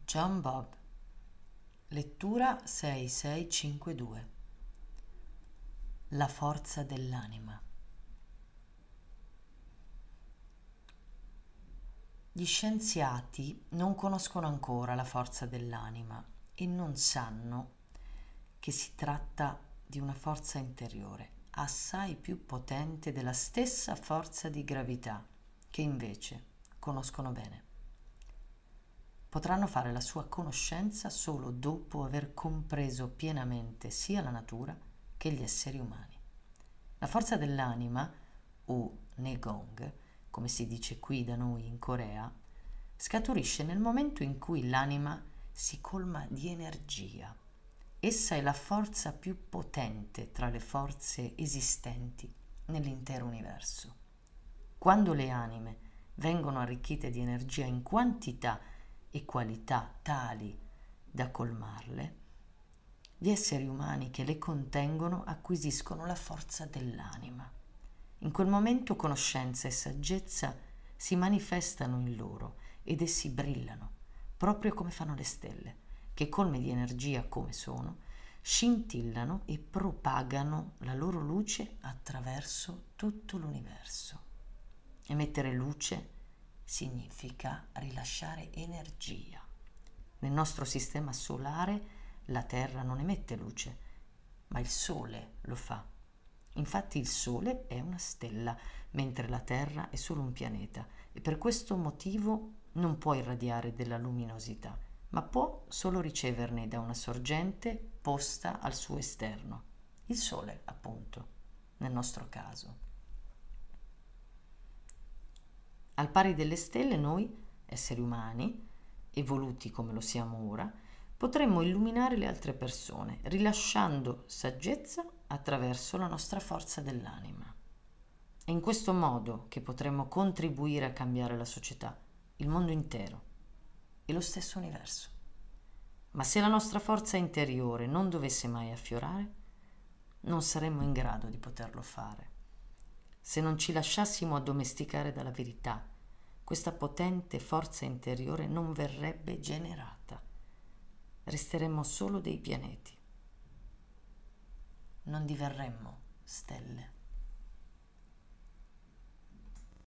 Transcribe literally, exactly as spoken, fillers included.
John Bob, lettura sei sei cinque due. La forza dell'anima. Gli scienziati non conoscono ancora la forza dell'anima e non sanno che si tratta di una forza interiore, assai più potente della stessa forza di gravità, che invece conoscono bene. Potranno fare la sua conoscenza solo dopo aver compreso pienamente sia la natura che gli esseri umani. La forza dell'anima, o Negong, come si dice qui da noi in Corea, scaturisce nel momento in cui l'anima si colma di energia. Essa è la forza più potente tra le forze esistenti nell'intero universo. Quando le anime vengono arricchite di energia in quantità e qualità tali da colmarle, gli esseri umani che le contengono acquisiscono la forza dell'anima. In quel momento conoscenza e saggezza si manifestano in loro ed essi brillano, proprio come fanno le stelle, che colme di energia come sono, scintillano e propagano la loro luce attraverso tutto l'universo. Emettere luce significa rilasciare energia. Nel nostro sistema solare la Terra non emette luce, ma il Sole lo fa. Infatti il Sole è una stella, mentre la Terra è solo un pianeta e per questo motivo non può irradiare della luminosità, ma può solo riceverne da una sorgente posta al suo esterno. Il Sole, appunto, nel nostro caso. Al pari delle stelle, noi, esseri umani, evoluti come lo siamo ora, potremmo illuminare le altre persone, rilasciando saggezza attraverso la nostra forza dell'anima. È in questo modo che potremmo contribuire a cambiare la società, il mondo intero e lo stesso universo. Ma se la nostra forza interiore non dovesse mai affiorare, non saremmo in grado di poterlo fare. Se non ci lasciassimo addomesticare dalla verità, questa potente forza interiore non verrebbe generata. Resteremmo solo dei pianeti. Non diverremmo stelle.